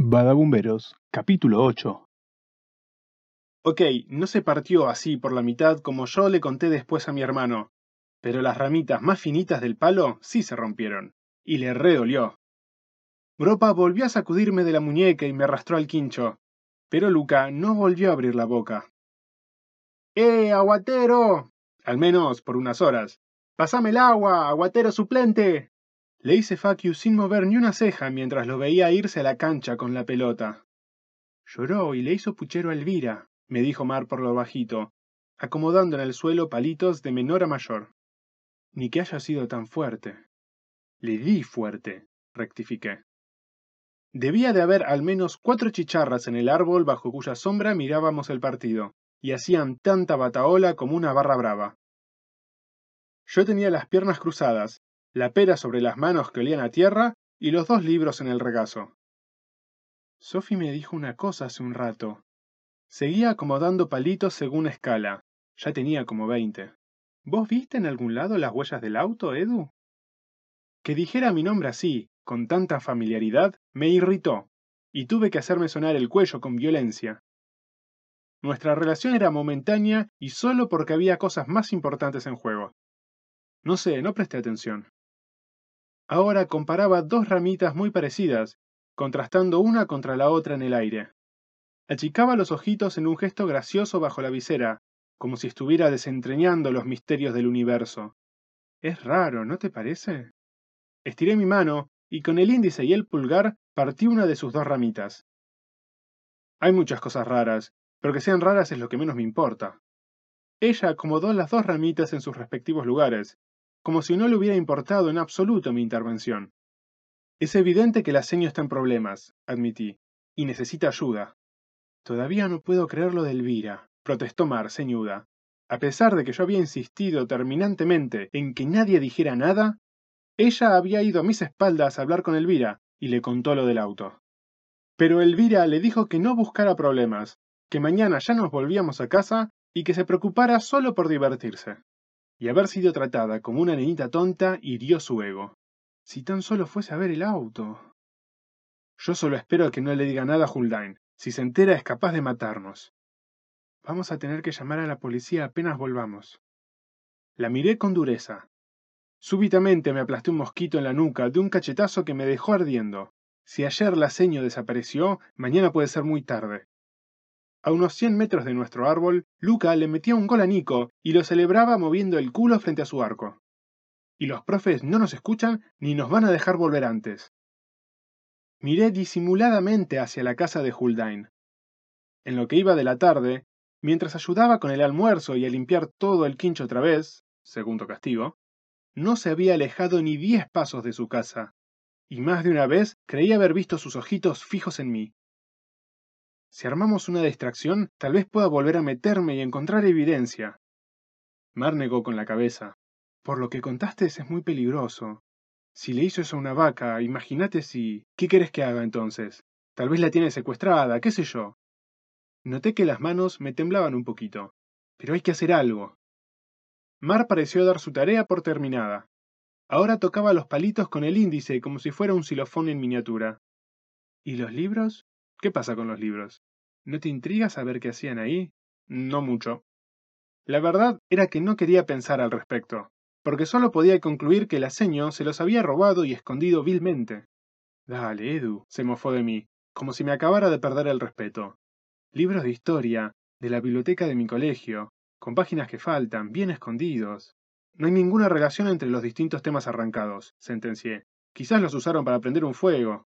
Badabumberos, capítulo 8. Ok, no se partió así por la mitad como yo le conté después a mi hermano, pero las ramitas más finitas del palo sí se rompieron, y le redolió. Bropa volvió a sacudirme de la muñeca y me arrastró al quincho, pero Luca no volvió a abrir la boca. aguatero! Al menos por unas horas. ¡Pásame el agua, aguatero suplente! Le hice faciu sin mover ni una ceja mientras lo veía irse a la cancha con la pelota. Lloró y le hizo puchero a Elvira, me dijo Mar por lo bajito, acomodando en el suelo palitos de menor a mayor. Ni que haya sido tan fuerte. Le di fuerte, rectifiqué. Debía de haber al menos 4 chicharras en el árbol bajo cuya sombra mirábamos el partido, y hacían tanta batahola como una barra brava. Yo tenía las piernas cruzadas, la pera sobre las manos que olían a tierra y los 2 libros en el regazo. Sophie me dijo una cosa hace un rato. Seguía acomodando palitos según escala. Ya tenía como 20. ¿Vos viste en algún lado las huellas del auto, Edu? Que dijera mi nombre así, con tanta familiaridad, me irritó, y tuve que hacerme sonar el cuello con violencia. Nuestra relación era momentánea y solo porque había cosas más importantes en juego. No sé, no presté atención. Ahora comparaba 2 ramitas muy parecidas, contrastando una contra la otra en el aire. Achicaba los ojitos en un gesto gracioso bajo la visera, como si estuviera desentrañando los misterios del universo. Es raro, ¿no te parece? Estiré mi mano y con el índice y el pulgar partí una de sus 2 ramitas. Hay muchas cosas raras, pero que sean raras es lo que menos me importa. Ella acomodó las 2 ramitas en sus respectivos lugares, como si no le hubiera importado en absoluto mi intervención. Es evidente que la seño está en problemas, admití, y necesita ayuda. Todavía no puedo creer lo de Elvira, protestó Mar, ceñuda. A pesar de que yo había insistido terminantemente en que nadie dijera nada, ella había ido a mis espaldas a hablar con Elvira y le contó lo del auto. Pero Elvira le dijo que no buscara problemas, que mañana ya nos volvíamos a casa y que se preocupara solo por divertirse. Y haber sido tratada como una nenita tonta hirió su ego. Si tan solo fuese a ver el auto. Yo solo espero que no le diga nada a Huldain. Si se entera es capaz de matarnos. Vamos a tener que llamar a la policía apenas volvamos. La miré con dureza. Súbitamente me aplasté un mosquito en la nuca de un cachetazo que me dejó ardiendo. Si ayer la seño desapareció, mañana puede ser muy tarde. A unos 100 metros de nuestro árbol, Luca le metía un gol a Nico y lo celebraba moviendo el culo frente a su arco. Y los profes no nos escuchan ni nos van a dejar volver antes. Miré disimuladamente hacia la casa de Huldain. En lo que iba de la tarde, mientras ayudaba con el almuerzo y a limpiar todo el quincho otra vez, segundo castigo, no se había alejado ni 10 pasos de su casa, y más de una vez creí haber visto sus ojitos fijos en mí. Si armamos una distracción, tal vez pueda volver a meterme y encontrar evidencia. Mar negó con la cabeza. Por lo que contaste es muy peligroso. Si le hizo eso a una vaca, imagínate si... ¿Qué querés que haga entonces? Tal vez la tiene secuestrada, qué sé yo. Noté que las manos me temblaban un poquito. Pero hay que hacer algo. Mar pareció dar su tarea por terminada. Ahora tocaba los palitos con el índice como si fuera un xilofón en miniatura. ¿Y los libros? ¿Qué pasa con los libros? ¿No te intriga saber qué hacían ahí? No mucho. La verdad era que no quería pensar al respecto, porque solo podía concluir que la seño se los había robado y escondido vilmente. Dale, Edu, se mofó de mí, como si me acabara de perder el respeto. Libros de historia, de la biblioteca de mi colegio, con páginas que faltan, bien escondidos. No hay ninguna relación entre los distintos temas arrancados, sentencié. Quizás los usaron para prender un fuego.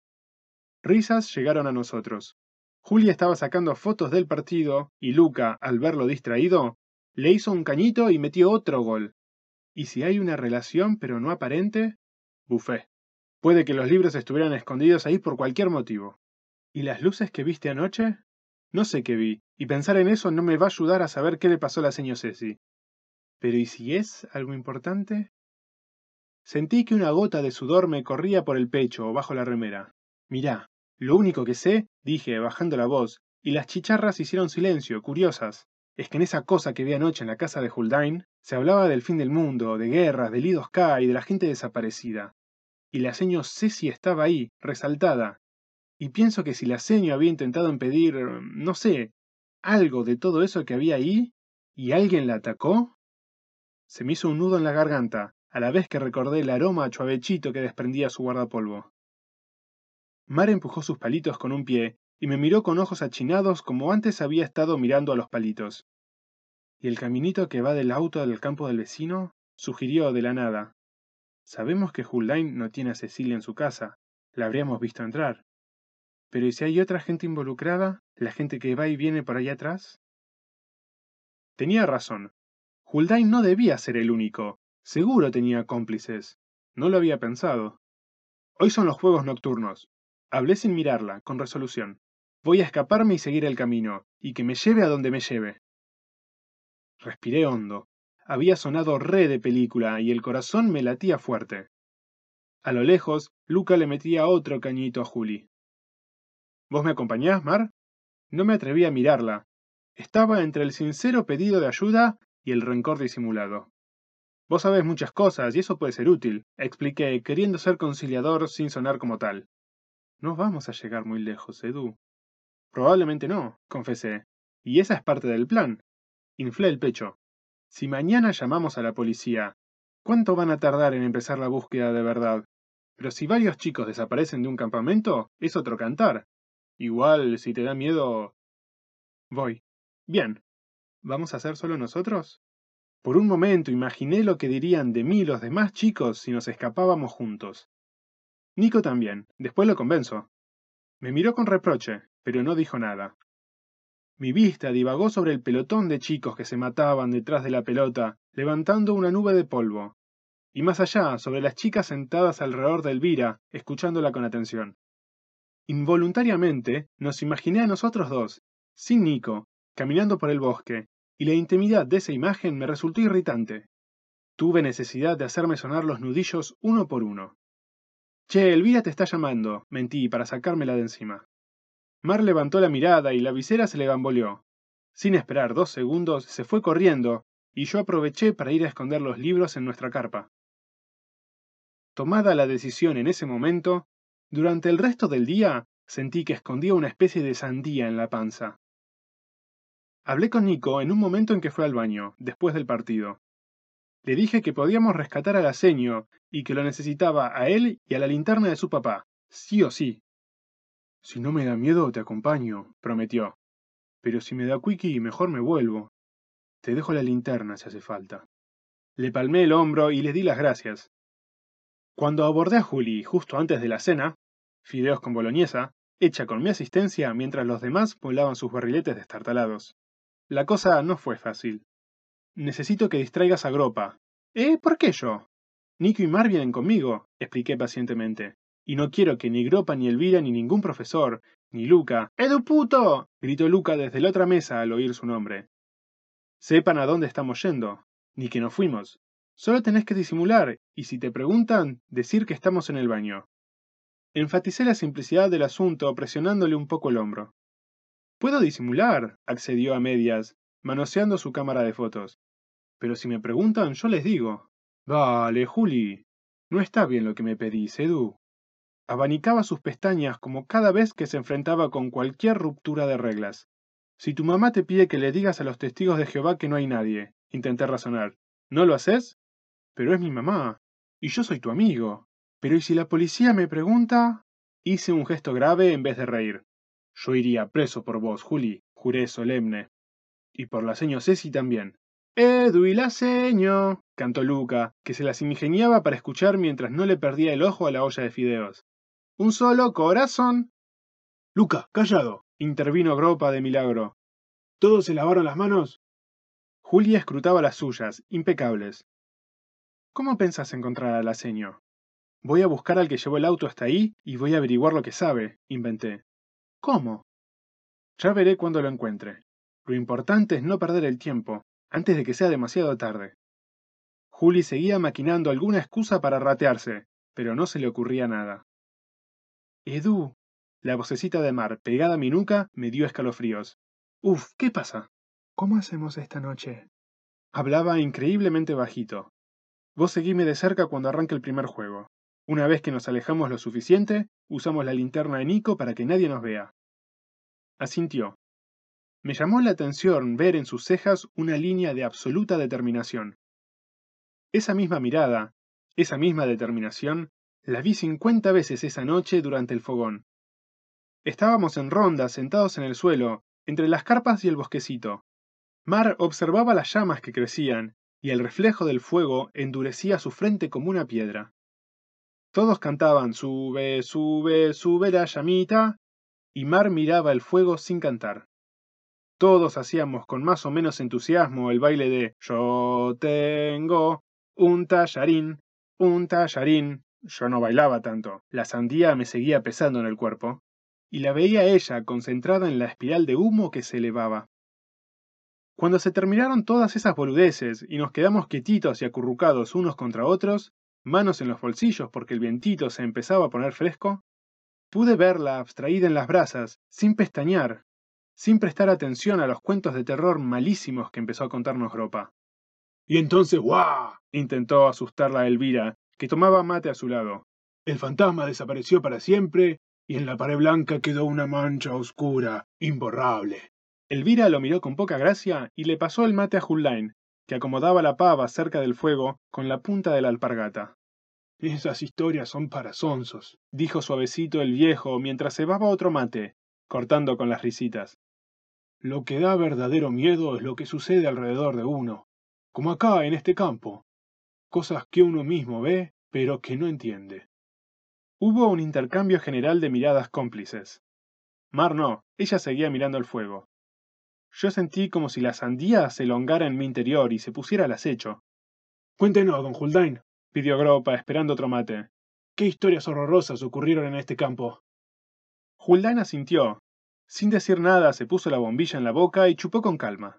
Risas llegaron a nosotros. Julia estaba sacando fotos del partido y Luca, al verlo distraído, le hizo un cañito y metió otro gol. ¿Y si hay una relación pero no aparente? Bufé. Puede que los libros estuvieran escondidos ahí por cualquier motivo. ¿Y las luces que viste anoche? No sé qué vi, y pensar en eso no me va a ayudar a saber qué le pasó a la señora Ceci. Pero ¿y si es algo importante? Sentí que una gota de sudor me corría por el pecho o bajo la remera. Mirá, lo único que sé, dije, bajando la voz, y las chicharras hicieron silencio, curiosas, es que en esa cosa que vi anoche en la casa de Huldain, se hablaba del fin del mundo, de guerras, del I2K y de la gente desaparecida. Y la señora Ceci estaba ahí, resaltada, Y pienso que si la seño había intentado impedir, no sé, algo de todo eso que había ahí, y alguien la atacó, se me hizo un nudo en la garganta, a la vez que recordé el aroma a chuavechito que desprendía su guardapolvo. Mar empujó sus palitos con un pie y me miró con ojos achinados como antes había estado mirando a los palitos. ¿Y el caminito que va del auto al campo del vecino? Sugirió de la nada. Sabemos que Huldain no tiene a Cecilia en su casa, la habríamos visto entrar. Pero ¿y si hay otra gente involucrada? ¿La gente que va y viene por ahí atrás? Tenía razón. Huldain no debía ser el único. Seguro tenía cómplices. No lo había pensado. Hoy son los juegos nocturnos. Hablé sin mirarla, con resolución. Voy a escaparme y seguir el camino, y que me lleve a donde me lleve. Respiré hondo. Había sonado re de película y el corazón me latía fuerte. A lo lejos, Luca le metía otro cañito a Juli. ¿Vos me acompañás, Mar? No me atreví a mirarla. Estaba entre el sincero pedido de ayuda y el rencor disimulado. Vos sabés muchas cosas y eso puede ser útil, expliqué, queriendo ser conciliador sin sonar como tal. No vamos a llegar muy lejos, Edu. Probablemente no, confesé. Y esa es parte del plan. Inflé el pecho. Si mañana llamamos a la policía, ¿cuánto van a tardar en empezar la búsqueda de verdad? Pero si varios chicos desaparecen de un campamento, es otro cantar. Igual, si te da miedo... Voy. Bien. ¿Vamos a ser solo nosotros? Por un momento imaginé lo que dirían de mí los demás chicos si nos escapábamos juntos. Nico también. Después lo convenzo. Me miró con reproche, pero no dijo nada. Mi vista divagó sobre el pelotón de chicos que se mataban detrás de la pelota, levantando una nube de polvo, y más allá, sobre las chicas sentadas alrededor de Elvira, escuchándola con atención. Involuntariamente, nos imaginé a nosotros dos, sin Nico, caminando por el bosque, y la intimidad de esa imagen me resultó irritante. Tuve necesidad de hacerme sonar los nudillos uno por uno. Che, Elvira te está llamando, mentí para sacármela de encima. Mar levantó la mirada y la visera se le bamboleó. Sin esperar 2 segundos, se fue corriendo, y yo aproveché para ir a esconder los libros en nuestra carpa. Tomada la decisión en ese momento, durante el resto del día sentí que escondía una especie de sandía en la panza. Hablé con Nico en un momento en que fue al baño, después del partido. Le dije que podíamos rescatar al Asenio y que lo necesitaba a él y a la linterna de su papá, sí o sí. Si no me da miedo, te acompaño, prometió. Pero si me da quickie, mejor me vuelvo. Te dejo la linterna si hace falta. Le palmé el hombro y le di las gracias. Cuando abordé a Juli justo antes de la cena, fideos con boloñesa, hecha con mi asistencia mientras los demás volaban sus barriletes destartalados. La cosa no fue fácil. Necesito que distraigas a Gropa. ¿Por qué yo? Nico y Mar vienen conmigo, expliqué pacientemente. Y no quiero que ni Gropa, ni Elvira, ni ningún profesor, ni Luca... ¡Edu puto! Gritó Luca desde la otra mesa al oír su nombre. Sepan a dónde estamos yendo, ni que nos fuimos. Solo tenés que disimular, y si te preguntan, decir que estamos en el baño. Enfaticé la simplicidad del asunto presionándole un poco el hombro. Puedo disimular, accedió a medias, manoseando su cámara de fotos. Pero si me preguntan, yo les digo. Vale, Juli. No está bien lo que me pedís, Edu. Abanicaba sus pestañas como cada vez que se enfrentaba con cualquier ruptura de reglas. Si tu mamá te pide que le digas a los testigos de Jehová que no hay nadie, intenté razonar. ¿No lo haces? Pero es mi mamá. Y yo soy tu amigo. Pero ¿y si la policía me pregunta? Hice un gesto grave en vez de reír. Yo iría preso por vos, Juli, juré solemne. Y por la seño Ceci también. Edu y la seño, cantó Luca, que se las ingeniaba para escuchar mientras no le perdía el ojo a la olla de fideos. Un solo corazón. Luca, callado, intervino Gropa de milagro. ¿Todos se lavaron las manos? Julia escrutaba las suyas, impecables. ¿Cómo pensás encontrar a la seño? Voy a buscar al que llevó el auto hasta ahí y voy a averiguar lo que sabe, inventé. ¿Cómo? Ya veré cuando lo encuentre. Lo importante es no perder el tiempo, antes de que sea demasiado tarde. Juli seguía maquinando alguna excusa para ratearse, pero no se le ocurría nada. Edu. La vocecita de Mar, pegada a mi nuca, me dio escalofríos. Uf, ¿qué pasa? ¿Cómo hacemos esta noche? Hablaba increíblemente bajito. Vos seguime de cerca cuando arranque el primer juego. Una vez que nos alejamos lo suficiente, usamos la linterna de Nico para que nadie nos vea. Asintió. Me llamó la atención ver en sus cejas una línea de absoluta determinación. Esa misma mirada, esa misma determinación, la vi 50 veces esa noche durante el fogón. Estábamos en ronda, sentados en el suelo, entre las carpas y el bosquecito. Mar observaba las llamas que crecían, y el reflejo del fuego endurecía su frente como una piedra. Todos cantaban "Sube, sube, sube la llamita", y Mar miraba el fuego sin cantar. Todos hacíamos con más o menos entusiasmo el baile de "Yo tengo un tallarín, un tallarín". Yo no bailaba tanto, la sandía me seguía pesando en el cuerpo, y la veía a ella concentrada en la espiral de humo que se elevaba. Cuando se terminaron todas esas boludeces y nos quedamos quietitos y acurrucados unos contra otros, manos en los bolsillos porque el vientito se empezaba a poner fresco, pude verla abstraída en las brasas, sin pestañear, sin prestar atención a los cuentos de terror malísimos que empezó a contarnos Gropa. Y entonces, ¡guau! Intentó asustarla a Elvira, que tomaba mate a su lado. El fantasma desapareció para siempre y en la pared blanca quedó una mancha oscura, imborrable. Elvira lo miró con poca gracia y le pasó el mate a Huldain, que acomodaba la pava cerca del fuego con la punta de la alpargata. Esas historias son para sonsos, dijo suavecito el viejo mientras cebaba otro mate, cortando con las risitas. Lo que da verdadero miedo es lo que sucede alrededor de uno, como acá en este campo. Cosas que uno mismo ve, pero que no entiende. Hubo un intercambio general de miradas cómplices. Mar no, ella seguía mirando el fuego. Yo sentí como si la sandía se elongara en mi interior y se pusiera al acecho. Cuéntenos, don Huldain, pidió Gropa, esperando otro mate. ¿Qué historias horrorosas ocurrieron en este campo? Huldain asintió. Sin decir nada, se puso la bombilla en la boca y chupó con calma.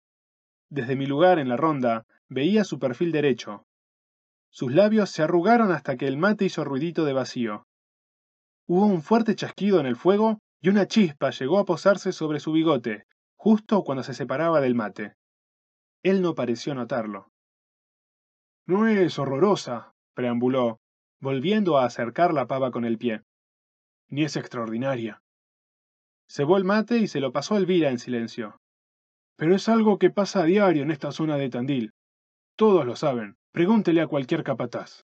Desde mi lugar en la ronda, veía su perfil derecho. Sus labios se arrugaron hasta que el mate hizo ruidito de vacío. Hubo un fuerte chasquido en el fuego y una chispa llegó a posarse sobre su bigote, justo cuando se separaba del mate. Él no pareció notarlo. No es horrorosa, preambuló, volviendo a acercar la pava con el pie. Ni es extraordinaria. Cebó el mate y se lo pasó a Elvira en silencio. Pero es algo que pasa a diario en esta zona de Tandil. Todos lo saben. Pregúntele a cualquier capataz.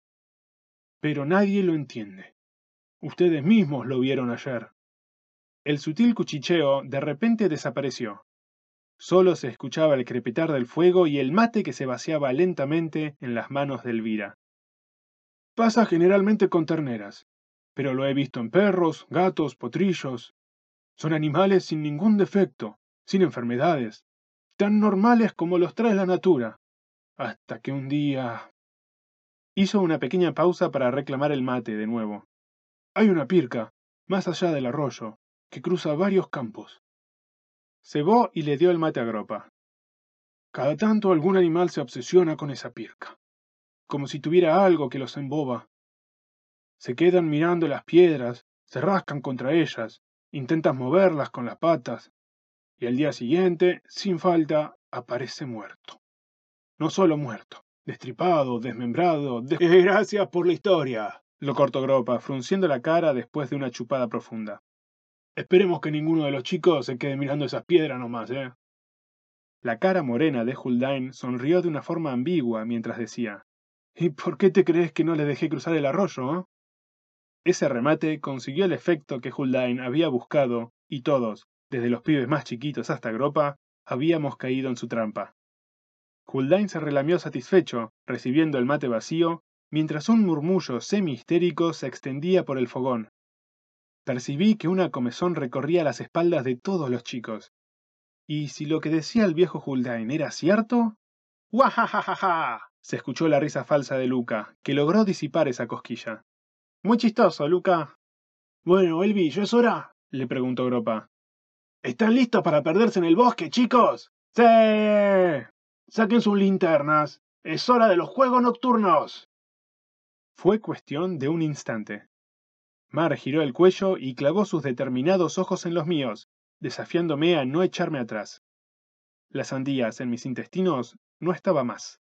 Pero nadie lo entiende. Ustedes mismos lo vieron ayer. El sutil cuchicheo de repente desapareció. Solo se escuchaba el crepitar del fuego y el mate que se vaciaba lentamente en las manos de Elvira. Pasa generalmente con terneras, pero lo he visto en perros, gatos, potrillos. Son animales sin ningún defecto, sin enfermedades, tan normales como los trae la natura. Hasta que un día... Hizo una pequeña pausa para reclamar el mate de nuevo. Hay una pirca, más allá del arroyo, que cruza varios campos. Cebó y le dio el mate a Gropa. Cada tanto algún animal se obsesiona con esa pirca, como si tuviera algo que los emboba. Se quedan mirando las piedras, se rascan contra ellas, intentan moverlas con las patas, y al día siguiente, sin falta, aparece muerto. No solo muerto, destripado, desmembrado, Gracias por la historia, lo cortó Gropa, frunciendo la cara después de una chupada profunda. Esperemos que ninguno de los chicos se quede mirando esas piedras nomás, ¿eh? La cara morena de Huldain sonrió de una forma ambigua mientras decía: ¿Y por qué te crees que no le dejé cruzar el arroyo, eh? Ese remate consiguió el efecto que Huldain había buscado, y todos, desde los pibes más chiquitos hasta Gropa, habíamos caído en su trampa. Huldain se relamió satisfecho, recibiendo el mate vacío, mientras un murmullo semi-histérico se extendía por el fogón. Percibí que una comezón recorría las espaldas de todos los chicos. ¿Y si lo que decía el viejo Huldain era cierto? ¡Guajajajaja! Se escuchó la risa falsa de Luca, que logró disipar esa cosquilla. Muy chistoso, Luca. Bueno, Elvi, ¿ya es hora?, le preguntó Gropa. ¿Están listos para perderse en el bosque, chicos? ¡Sí! Saquen sus linternas. Es hora de los juegos nocturnos. Fue cuestión de un instante. Mar giró el cuello y clavó sus determinados ojos en los míos, desafiándome a no echarme atrás. Las sandías en mis intestinos no estaba más.